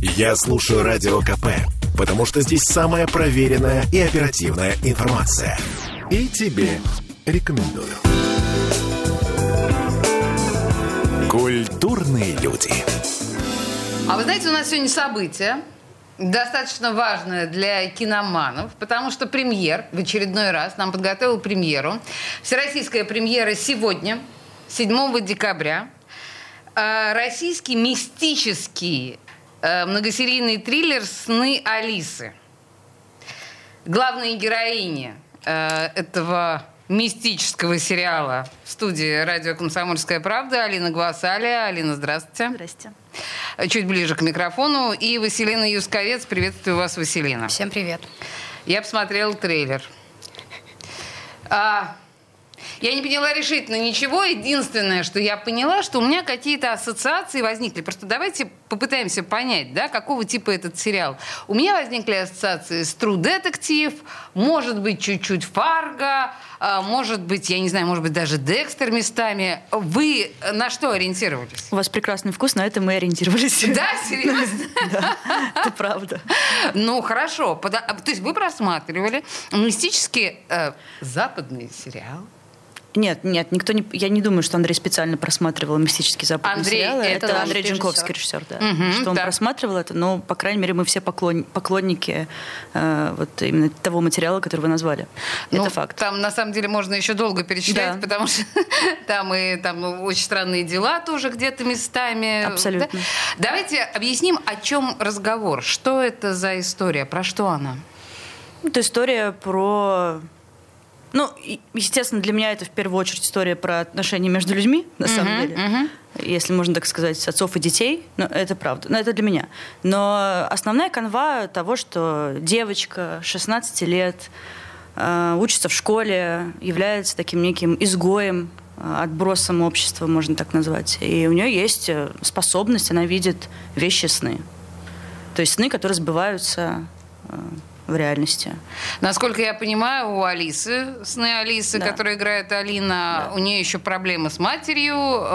Я слушаю Радио КП, потому что здесь самая проверенная и оперативная информация. И тебе рекомендую. Культурные люди. А вы знаете, у нас сегодня событие достаточно важное для киноманов, потому что премьер в очередной раз нам подготовил премьеру. Всероссийская премьера сегодня, 7 декабря. Российский мистический многосерийный триллер «Сны Алисы». Главные героини этого мистического сериала в студии радио «Комсомольская правда» Алина Гвасаля. Алина, здравствуйте. Здрасте. Чуть ближе к микрофону. И Василина Юсковец. Приветствую вас, Василина. Всем привет. Я посмотрела трейлер. Я не поняла решительно ничего. Единственное, что я поняла, что у меня какие-то ассоциации возникли. Просто давайте попытаемся понять, да, какого типа этот сериал. У меня возникли ассоциации с True Detective, может быть, чуть-чуть Фарго, может быть, я не знаю, может быть, даже Декстер местами. Вы на что ориентировались? У вас прекрасный вкус, на это мы ориентировались. Да, серьезно? Да, это правда. Ну, хорошо. То есть вы просматривали мистический западный сериал? Нет, никто не. Я не думаю, что Андрей специально просматривал мистический западный сериал. Это Андрей Джанковский, режиссер, да. Что он просматривал это, но, по крайней мере, мы все поклонники вот именно того материала, который вы назвали. Это факт. Там, на самом деле, можно еще долго перечислять, да. Потому что там очень странные дела тоже где-то местами. Абсолютно. Да? Давайте объясним, о чем разговор. Что это за история? Про что она? Это история про... Ну, естественно, для меня это в первую очередь история про отношения между людьми, на самом деле. Если можно так сказать, отцов и детей. Но это правда. Но это для меня. Но основная канва того, что девочка 16 лет учится в школе, является таким неким изгоем, отбросом общества, можно так назвать. И у нее есть способность, она видит вещи сны. То есть сны, которые сбываются... в реальности. Насколько я понимаю, у Алисы, «Сны Алисы», да, которую играет Алина, да, у нее еще проблемы с матерью,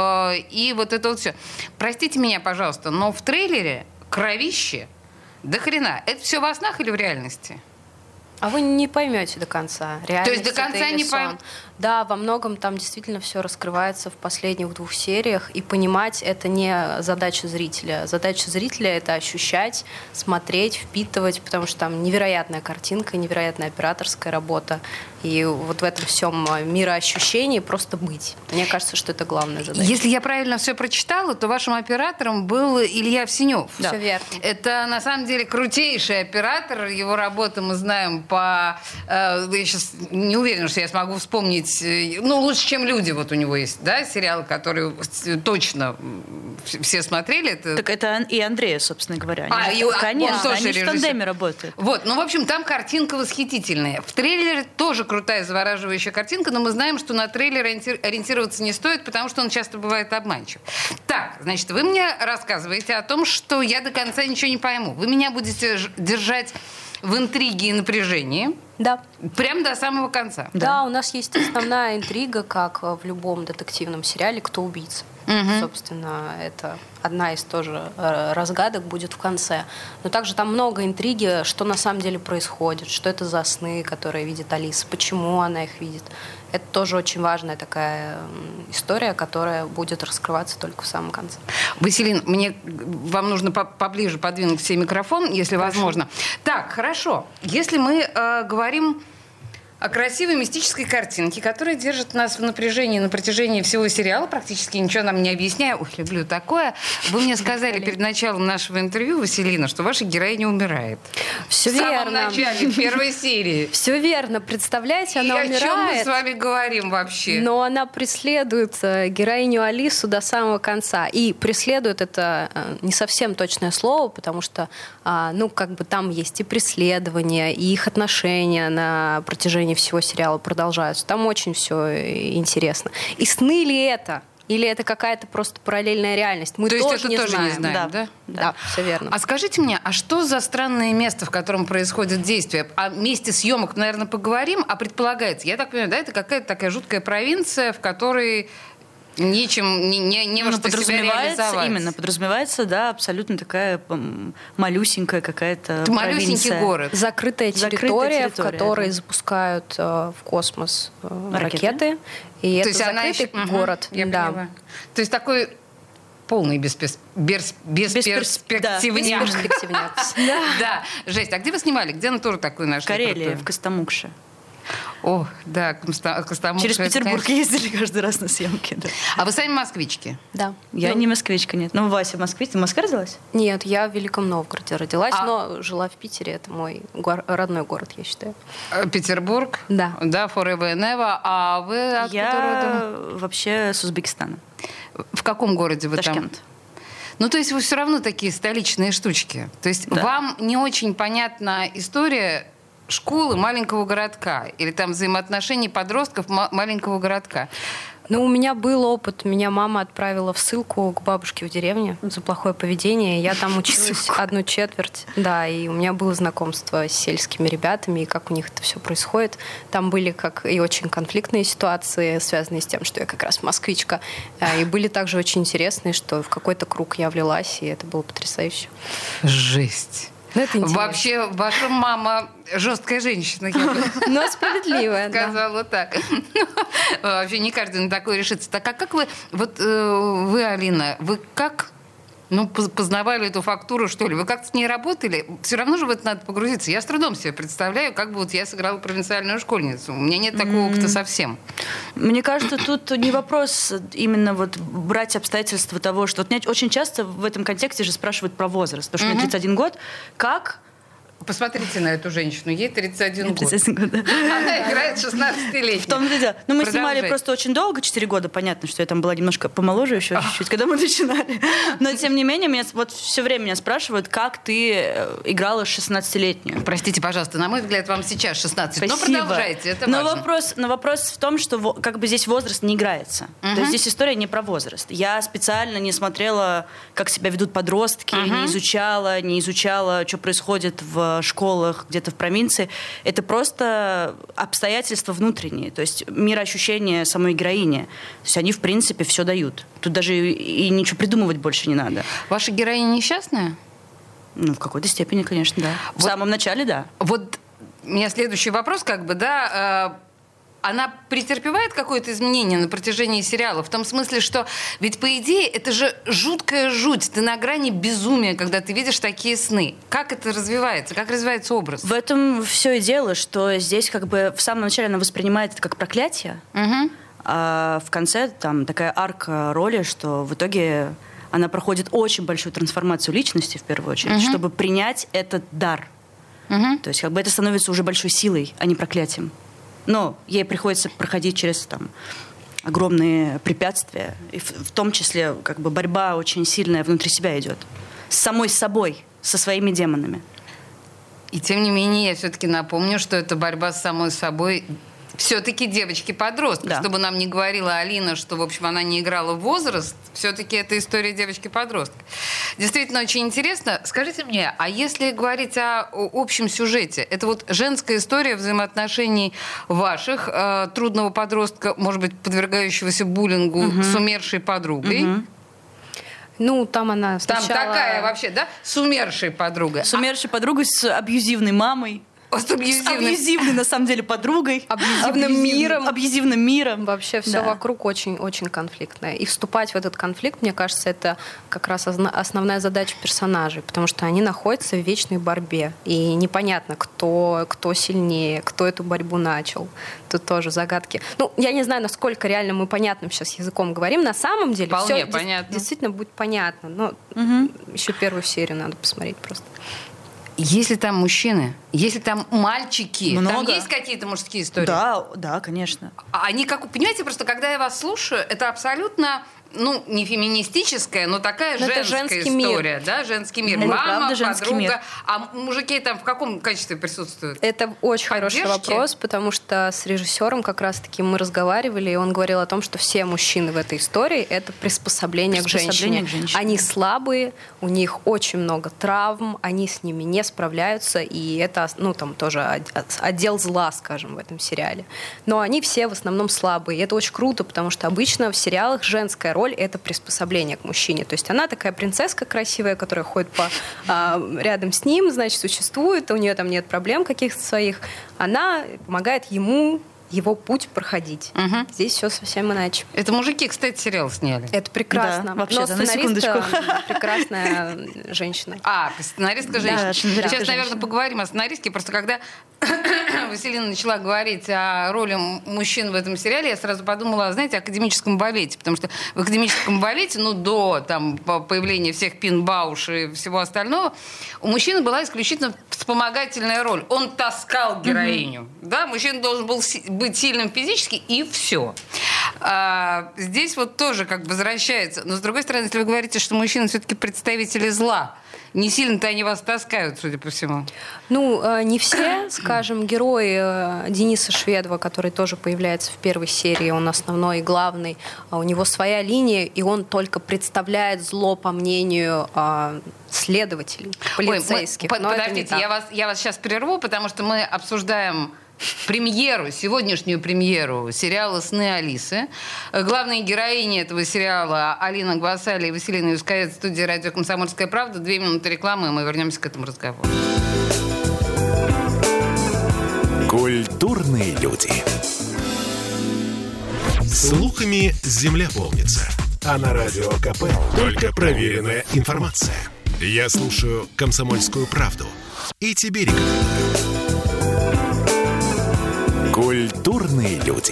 и вот это вот все. Простите меня, пожалуйста, но в трейлере кровище до хрена. Это все во снах или в реальности? А вы не поймете до конца. То есть до конца не поймете? Да, во многом там действительно все раскрывается в последних 2 сериях, и понимать это не задача зрителя. Задача зрителя — это ощущать, смотреть, впитывать, потому что там невероятная картинка, невероятная операторская работа, и вот в этом всем мироощущении просто быть. Мне кажется, что это главная задача. Если я правильно все прочитала, то вашим оператором был Илья Овсенев. Да. Все верно. Это на самом деле крутейший оператор. Его работу мы знаем по... Я сейчас не уверена, что я смогу вспомнить. Ну, «Лучше, чем люди» вот у него есть, да, сериал, который точно все смотрели. Так это и Андрея, собственно говоря. Конечно, он тоже они в тандеме работают. Вот, ну, в общем, там картинка восхитительная. В трейлере тоже крутая, завораживающая картинка, но мы знаем, что на трейлер ориентироваться не стоит, потому что он часто бывает обманчив. Так, значит, вы мне рассказываете о том, что я до конца ничего не пойму. Вы меня будете держать в интриге и напряжении. Да. Прям до самого конца. Да, у нас есть основная интрига, как в любом детективном сериале, кто убийца. Собственно, это одна из тоже разгадок будет в конце. Но также там много интриги, что на самом деле происходит, что это за сны, которые видит Алиса, почему она их видит. Это тоже очень важная такая история, которая будет раскрываться только в самом конце. Василин, вам нужно поближе подвинуть себе микрофон, если возможно. Так, хорошо. Если мы говорим о красивой мистической картинке, которая держит нас в напряжении на протяжении всего сериала, практически ничего нам не объясняя. Ой, люблю такое. Вы мне сказали перед началом нашего интервью, Василина, что ваша героиня умирает. Все верно. В самом начале первой серии. Все верно. Представляете, она умирает. И о чем мы с вами говорим вообще? Но она преследует героиню Алису до самого конца. И преследует — это не совсем точное слово, потому что, там есть и преследование, и их отношения на протяжении всего сериала продолжаются. Там очень все интересно. И сны ли это? Или это какая-то просто параллельная реальность? Мы То тоже есть это не тоже знаем. не знаем, да? Да, все верно. А скажите мне, а что за странное место, в котором происходит действие? О месте съемок, наверное, поговорим, а предполагается, я так понимаю, да, это какая-то такая жуткая провинция, в которой Ничем, не во что себя реализовать. Именно, подразумевается, да, абсолютно такая малюсенькая какая-то провинция. Малюсенький город. Закрытая территория, в которой запускают в космос ракеты. И то это закрытый город. Я понимаю. То есть такой полный бесперспективняк. Да, жесть. А где вы снимали? Где натуру такую нашли? В Карелии, в Костомукше. О, да, Костомукша. Через Петербург ездили каждый раз на съемки. Да. А вы сами москвички? Да. Я не москвичка, нет. Ну, Вася москвич. Ты в Москве родилась? Нет, я в Великом Новгороде родилась, но жила в Питере. Это мой родной город, я считаю. Петербург? Да. Да, forever and ever. А вы откуда родом? Вообще с Узбекистана. В каком городе вы Ташкент. там? Ну, то есть вы все равно такие столичные штучки. То есть вам не очень понятна история школы маленького городка или там взаимоотношений подростков маленького городка? Ну, у меня был опыт. Меня мама отправила в ссылку к бабушке в деревне за плохое поведение. Я там училась 1/4. Да, и у меня было знакомство с сельскими ребятами, и как у них это все происходит. Там были как и очень конфликтные ситуации, связанные с тем, что я как раз москвичка. И были также очень интересные, что в какой-то круг я влилась, и это было потрясающе. Жесть. Вообще, ваша мама жесткая женщина, я бы но справедливая, сказала так. Вообще не каждый на такое решится. Так, а как вы, вот вы, Алина, вы как познавали эту фактуру, что ли? Вы как-то с ней работали? Все равно же в это надо погрузиться. Я с трудом себе представляю, как бы вот я сыграла провинциальную школьницу. У меня нет такого опыта совсем. Мне кажется, тут не вопрос именно вот брать обстоятельства того, что... Вот меня очень часто в этом контексте же спрашивают про возраст. Потому что мне 31 год. Как... Посмотрите на эту женщину. Ей 31 год. 31 год, да. Она играет 16-летней. В том-то и дело. Но мы снимали просто очень долго, 4 года. Понятно, что я там была немножко помоложе еще чуть-чуть, когда мы начинали. Но, тем не менее, меня вот все время меня спрашивают, как ты играла 16-летнюю. Простите, пожалуйста, на мой взгляд, вам сейчас 16. Спасибо. Но продолжайте, это важно. Но вопрос в том, что как бы здесь возраст не играется. То есть здесь история не про возраст. Я специально не смотрела, как себя ведут подростки, не изучала, что происходит в школах где-то в провинции. Это просто обстоятельства внутренние, то есть мироощущение самой героини. То есть они, в принципе, все дают. Тут даже и ничего придумывать больше не надо. Ваша героиня несчастная? Ну, в какой-то степени, конечно, да. В самом начале, да. Вот у меня следующий вопрос, она претерпевает какое-то изменение на протяжении сериала? В том смысле, что ведь, по идее, это же жуткая жуть. Ты на грани безумия, когда ты видишь такие сны. Как это развивается? Как развивается образ? В этом все и дело, что здесь как бы в самом начале она воспринимает это как проклятие, а в конце там такая арка роли, что в итоге она проходит очень большую трансформацию личности, в первую очередь, чтобы принять этот дар. То есть как бы это становится уже большой силой, а не проклятием. Но ей приходится проходить через там огромные препятствия. И в том числе как бы борьба очень сильная внутри себя идет. С самой собой, со своими демонами. И тем не менее, я все-таки напомню, что это борьба с самой собой все-таки девочки-подростка. Да. Чтобы нам не говорила Алина, что, в общем, она не играла в возраст, все-таки это история девочки-подростка. Действительно, очень интересно. Скажите мне, а если говорить о общем сюжете, это вот женская история взаимоотношений ваших, трудного подростка, может быть, подвергающегося буллингу с умершей подругой? Ну, там она сначала... Там такая вообще, да? С умершей подругой. С умершей подругой, с абьюзивной мамой. С абьюзивной, на самом деле, подругой. Абьюзивным миром. Вообще все вокруг очень-очень конфликтное. И вступать в этот конфликт, мне кажется, это как раз основная задача персонажей, потому что они находятся в вечной борьбе. И непонятно, кто сильнее, кто эту борьбу начал. Тут тоже загадки. Ну, я не знаю, насколько реально мы понятным сейчас языком говорим. На самом деле все действительно будет понятно. Но еще первую серию надо посмотреть просто. Если там мужчины, если там мальчики, много. Там есть какие-то мужские истории? Да, конечно. Они как, понимаете, просто когда я вас слушаю, это абсолютно не феминистическая, но такая женская женский история, мир. да, женский мир. Это Мама, правда женский подруга. мир. А мужики там в каком качестве присутствуют? Это очень хороший Поддержки? вопрос, потому что с режиссером как раз-таки мы разговаривали, и он говорил о том, что все мужчины в этой истории — это приспособление к женщине. Они слабые, у них очень много травм, они с ними не справляются, и это, тоже отдел зла, скажем, в этом сериале. Но они все в основном слабые, и это очень круто, потому что обычно в сериалах женская роль — это приспособление к мужчине. То есть она такая принцесска красивая, которая ходит рядом с ним, значит, существует, у нее там нет проблем каких-то своих. Она помогает ему его путь проходить. Угу. Здесь все совсем иначе. Это мужики, кстати, сериал сняли. Это прекрасно. Да, вообще-то, но на секундочку. прекрасная женщина. Сценаристка женщина. Да, Сейчас, женщина. наверное, поговорим о сценаристке. Просто когда Василина начала говорить о роли мужчин в этом сериале, я сразу подумала, знаете, о академическом балете. Потому что в академическом балете, до появления всех пин-бауш и всего остального, у мужчины была исключительно вспомогательная роль. Он таскал героиню. Да, мужчина должен был быть сильным физически, и все. Здесь тоже возвращается. Но, с другой стороны, если вы говорите, что мужчины все-таки представители зла, не сильно-то они вас таскают, судя по всему. Не все, скажем, герой Дениса Шведова, который тоже появляется в первой серии, он основной и главный, у него своя линия, и он только представляет зло, по мнению следователей, полицейских. Подождите, я вас сейчас прерву, потому что мы обсуждаем сегодняшнюю премьеру сериала «Сны Алисы». Главные героини этого сериала Алина Гвасали и Василина Юсковец в студии радио «Комсомольская правда». 2 минуты рекламы, и мы вернемся к этому разговору. Культурные люди. Слухами земля полнится. А на Радио КП только проверенная информация. Я слушаю «Комсомольскую правду» и тебе рекомендую. Культурные люди.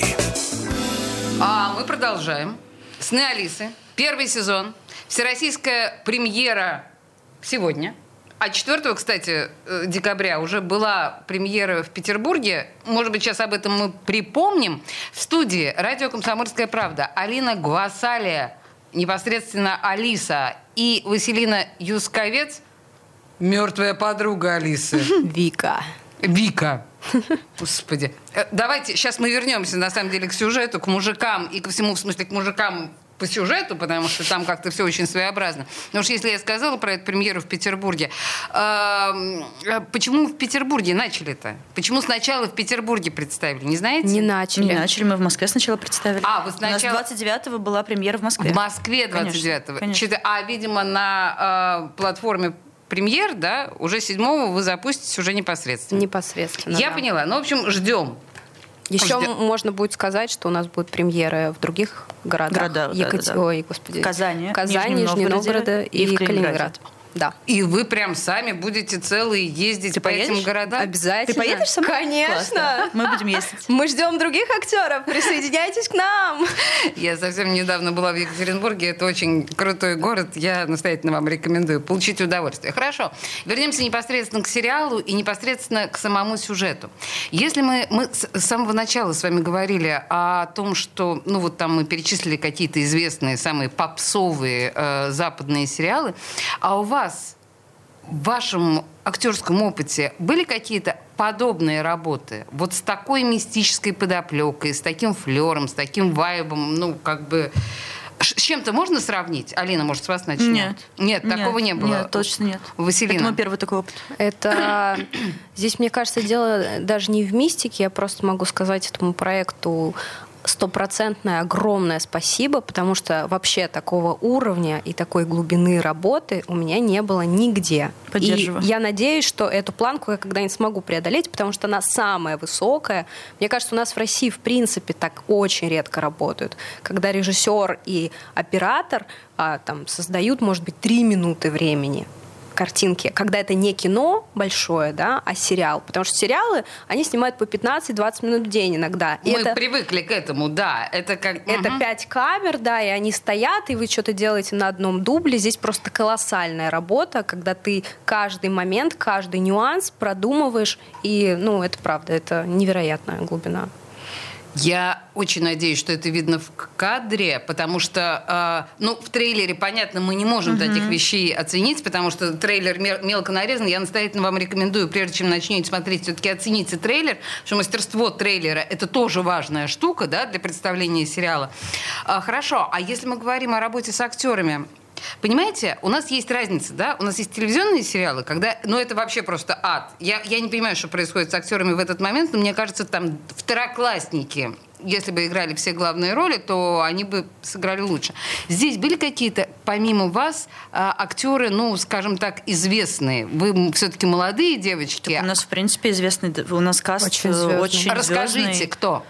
Мы продолжаем. «Сны Алисы». 1 сезон. Всероссийская премьера сегодня. А 4, кстати, декабря уже была премьера в Петербурге. Может быть, сейчас об этом мы припомним. В студии радио «Комсомольская правда» Алина Гвасалия, непосредственно Алиса, и Василина Юсковец, мертвая подруга Алисы. Вика. Господи. Давайте, сейчас мы вернемся, на самом деле, к сюжету, к мужикам и ко всему, в смысле, к мужикам по сюжету, потому что там как-то все очень своеобразно. Потому что если я сказала про эту премьеру в Петербурге, почему в Петербурге начали-то? Почему сначала в Петербурге представили? Не знаете? Не начали. Мы в Москве сначала представили. Вы сначала... У нас 29-го была премьера в Москве. В Москве 29-го. Конечно. Видимо, на платформе премьер, да, уже 7-го вы запустите уже непосредственно. Я поняла. В общем, ждем. Еще можно будет сказать, что у нас будут премьеры в других городах. В Казани, Нижнем Новгороде и Калининград. Да. И вы прям сами будете целые ездить по этим городам? Обязательно. Ты поедешь со мной? Конечно. Классно. Мы будем ездить. Мы ждем других актеров. Присоединяйтесь к нам. Я совсем недавно была в Екатеринбурге. Это очень крутой город. Я настоятельно вам рекомендую. Получите удовольствие. Хорошо. Вернемся непосредственно к сериалу и непосредственно к самому сюжету. Если мы с самого начала с вами говорили о том, что, там мы перечислили какие-то известные, самые попсовые западные сериалы, а у вас в вашем актерском опыте были какие-то подобные работы? С такой мистической подоплекой, с таким флером, с таким вайбом, с чем-то можно сравнить? Алина, может, с вас начнем? Нет, такого не было? Нет, точно нет. Василина? Это мой первый такой опыт. Здесь, мне кажется, дело даже не в мистике. Я просто могу сказать этому проекту 100% огромное спасибо, потому что вообще такого уровня и такой глубины работы у меня не было нигде. Поддерживаю. И я надеюсь, что эту планку я когда-нибудь смогу преодолеть, потому что она самая высокая. Мне кажется, у нас в России в принципе так очень редко работают. Когда режиссер и оператор создают, может быть, 3 минуты времени картинки, когда это не кино большое, да, а сериал. Потому что сериалы, они снимают по 15-20 минут в день иногда. Мы привыкли к этому, да. Это 5 камер, да, и они стоят, и вы что-то делаете на одном дубле. Здесь просто колоссальная работа, когда ты каждый момент, каждый нюанс продумываешь. И, это правда, это невероятная глубина. Я очень надеюсь, что это видно в кадре, потому что, в трейлере, понятно, мы не можем таких вещей оценить, потому что трейлер мелко нарезан. Я настоятельно вам рекомендую, прежде чем начнете смотреть, все-таки оцените трейлер, потому что мастерство трейлера – это тоже важная штука, да, для представления сериала. Хорошо, а если мы говорим о работе с актерами, понимаете, у нас есть разница, да? У нас есть телевизионные сериалы, когда, это вообще просто ад. Я не понимаю, что происходит с актерами в этот момент, но мне кажется, там второклассники, если бы играли все главные роли, то они бы сыграли лучше. Здесь были какие-то, помимо вас, актеры, скажем так, известные? Вы все-таки молодые девочки. Так у нас, в принципе, известный, у нас каст очень звездный. Расскажите, кто?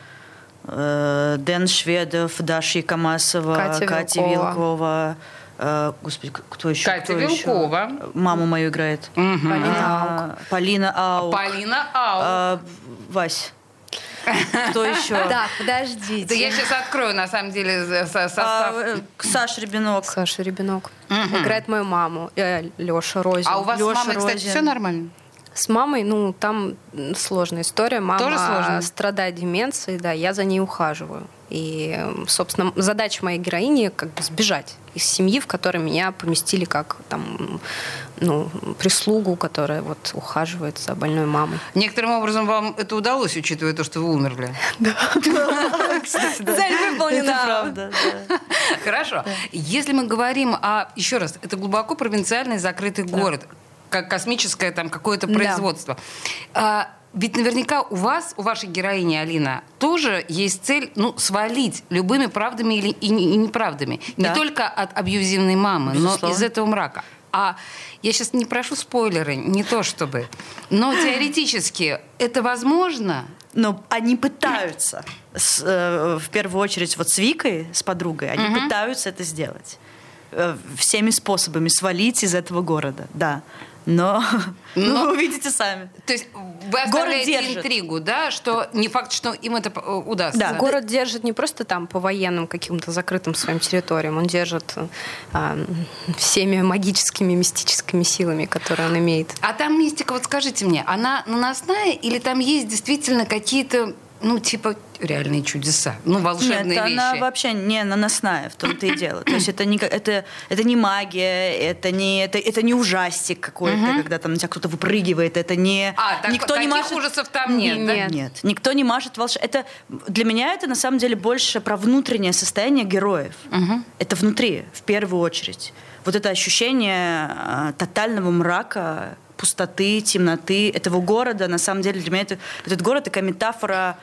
Дэн Шведов, Даша Камасова, Катя Вилкова. Господи, кто еще? Катя Вилкова. Маму мою играет. Полина Аук. Полина Аук. Вась. Кто еще? Так, подождите. Да я сейчас открою, на самом деле, состав. Саша Ребенок. Саша Ребенок. Играет мою маму. Леша Розин. А у вас с мамой, кстати, все нормально? С мамой, там сложная история. Мама тоже сложная? Страдает деменцией, да, я за ней ухаживаю. И, собственно, задача моей героини сбежать из семьи, в которой меня поместили как прислугу, которая ухаживает за больной мамой. Некоторым образом вам это удалось, учитывая то, что вы умерли. Да. Кстати, да. Цель выполнена. Это правда, да. Хорошо. Если мы говорим еще раз, это глубоко провинциальный закрытый город, как космическое там какое-то производство. Ведь наверняка у вашей героини Алина, тоже есть цель, свалить любыми правдами и неправдами. Да. Не только от абьюзивной мамы, безусловно, но из этого мрака. А я сейчас не прошу спойлеры, не то чтобы. Но теоретически это возможно? Но они пытаются, в первую очередь с Викой, с подругой, они пытаются это сделать. Всеми способами свалить из этого города, да. Но вы увидите сами. То есть вы оставляете интригу, да, что не факт, что им это удастся. Да. Город держит не просто там по военным каким-то закрытым своим территориям, он держит всеми магическими, мистическими силами, которые он имеет. А там мистика, скажите мне, она наносная или там есть действительно какие-то реальные чудеса, волшебные вещи? Нет, она вообще не наносная, в том-то и дело. То есть это не магия, это не ужастик какой-то, когда там на тебя кто-то выпрыгивает, это не... никто не машет... ужасов там нет, да? Нет, никто не машет волшебство. Для меня это на самом деле больше про внутреннее состояние героев. Это внутри, в первую очередь. Вот это ощущение тотального мрака, пустоты, темноты этого города. На самом деле для меня этот город такая метафора...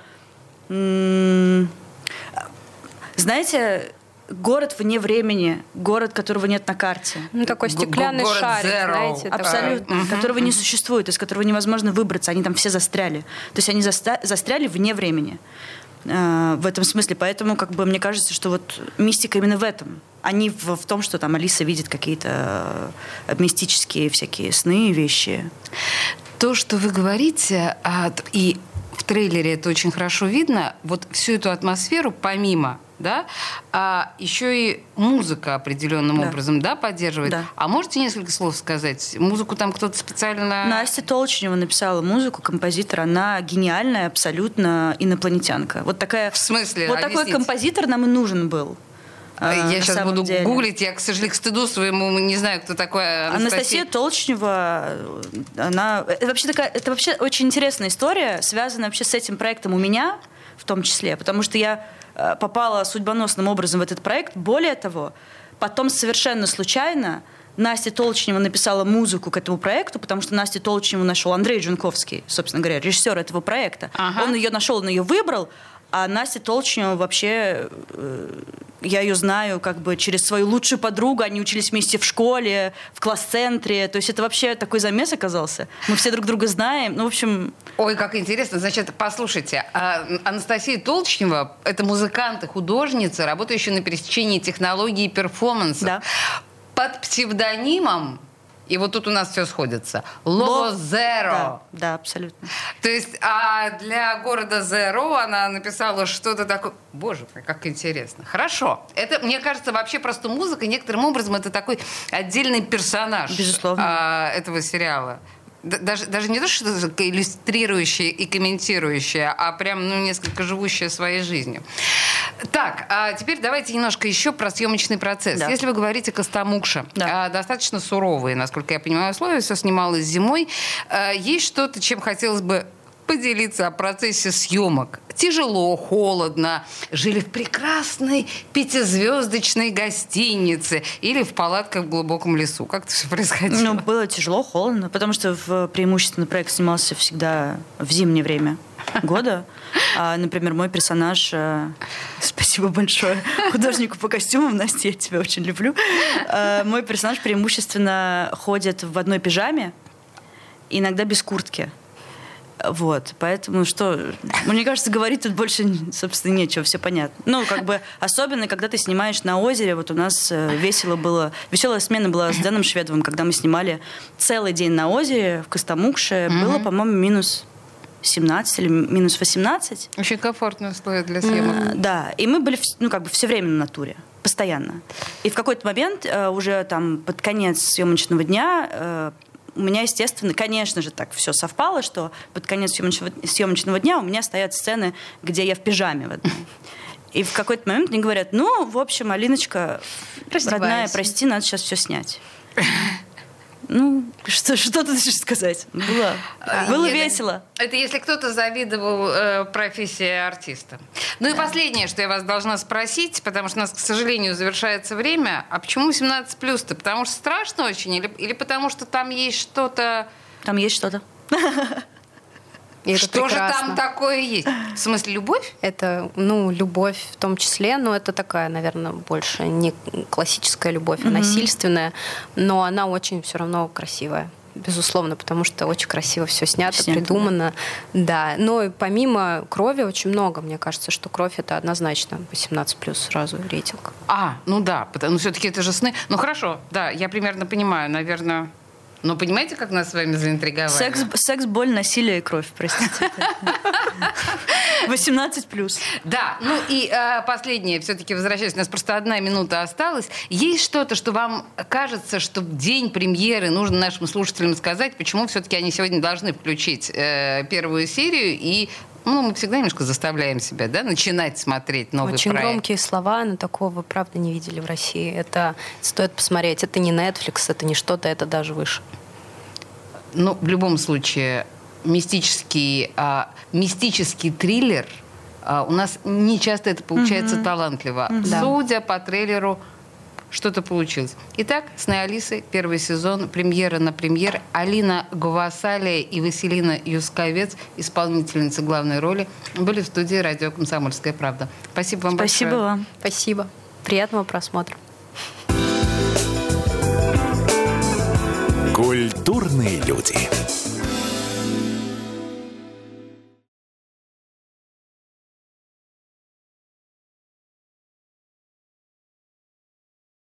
Знаете, город вне времени, город, которого нет на карте. Такой стеклянный шарик, знаете. Абсолютно. Которого не существует, из которого невозможно выбраться. Они там все застряли. То есть они застряли вне времени. В этом смысле. Поэтому, мне кажется, что мистика именно в этом. А не в том, что там Алиса видит какие-то мистические всякие сны и вещи. То, что вы говорите, и в трейлере это очень хорошо видно, всю эту атмосферу, помимо, да, еще и музыка определенным образом, да, поддерживает. Да. А можете несколько слов сказать? Музыку там кто-то специально... Настя Толчнева написала музыку, композитор. Она гениальная, абсолютно инопланетянка. В смысле? Такой композитор нам и нужен был. Я сейчас буду гуглить, я, к сожалению, к стыду своему не знаю, кто такая Анастасия Толчнева. Это вообще очень интересная история, связанная вообще с этим проектом у меня, в том числе, потому что я попала судьбоносным образом в этот проект. Более того, потом совершенно случайно Настя Толчнева написала музыку к этому проекту, потому что Настя Толчневу нашел Андрей Джунковский, собственно говоря, режиссер этого проекта. Он ее нашел, он ее выбрал. А Настя Толчнева вообще, я ее знаю через свою лучшую подругу, они учились вместе в школе, в класс-центре, то есть это вообще такой замес оказался. Мы все друг друга знаем, в общем... Ой, как интересно. Значит, послушайте, Анастасия Толчнева — это музыкант и художница, работающая на пересечении технологий и перформанса. Да. Под псевдонимом, и тут у нас все сходится, Lovo Zero. Да, абсолютно. То есть для города Zero она написала что-то такое... Боже мой, как интересно. Хорошо. Это, мне кажется, вообще просто музыка, некоторым образом, это такой отдельный персонаж безусловно, этого сериала. Даже не то, что иллюстрирующее и комментирующее, а прям несколько живущее своей жизнью. Так, а теперь давайте немножко еще про съемочный процесс. Да. Если вы говорите «Костомукша», достаточно суровые, насколько я понимаю, условия, все снималось зимой. Есть что-то, чем хотелось бы поделиться о процессе съемок? Тяжело, холодно, жили в прекрасной 5-звездочной гостинице или в палатках в глубоком лесу? Как это все происходило? Было тяжело, холодно, потому что преимущественно проект снимался всегда в зимнее время года. Например, мой персонаж, спасибо большое художнику по костюмам, Настя, я тебя очень люблю. Мой персонаж преимущественно ходит в одной пижаме, иногда без куртки. Вот, поэтому мне кажется, говорить тут больше, собственно, нечего, все понятно. Особенно, когда ты снимаешь на озере, вот у нас веселая смена была с Дэном Шведовым, когда мы снимали целый день на озере в Костомукше, было, по-моему, минус 17 или минус 18. Очень комфортные условия для съемок. Да, и мы были все время на натуре, постоянно. И в какой-то момент, уже там под конец съемочного дня, у меня, естественно, конечно же, так все совпало, что под конец съемочного дня у меня стоят сцены, где я в пижаме в одной. И в какой-то момент мне говорят, в общем, Алиночка, родная, прости, надо сейчас все снять. Что тут еще сказать? Было весело. Это если кто-то завидовал профессии артиста. И последнее, что я вас должна спросить, потому что у нас, к сожалению, завершается время. А почему 18+-то? Потому что страшно очень? Или потому что там есть что-то... Там есть что-то. И что же там такое есть? В смысле, любовь? Это, любовь в том числе, но это такая, наверное, больше не классическая любовь, а насильственная, но она очень все равно красивая. Безусловно, потому что очень красиво все снято, придумано. Да. Но помимо крови очень много. Мне кажется, что кровь — это однозначно 18+ сразу рейтинг. Потому все-таки это же сны. Хорошо, да, я примерно понимаю, наверное... Но понимаете, как нас с вами заинтриговали? Секс, боль, насилие и кровь, простите. 18+. Да, и последнее, все-таки возвращаясь, у нас просто 1 минута осталась. Есть что-то, что вам кажется, что в день премьеры нужно нашим слушателям сказать, почему все-таки они сегодня должны включить первую серию и... мы всегда немножко заставляем себя, начинать смотреть новый проект. Очень громкие слова, но такого вы, правда, не видели в России. Это стоит посмотреть. Это не Netflix, это не что-то, это даже выше. В любом случае, мистический триллер, у нас не часто это получается талантливо. Судя по трейлеру, что-то получилось. Итак, «Сны Алисы», 1 сезон, премьера на премьер. Алина Гвасалия и Василина Юсковец, исполнительницы главной роли, были в студии радио «Комсомольская правда». Спасибо вам большое. Спасибо вам. Спасибо. Приятного просмотра. Культурные люди.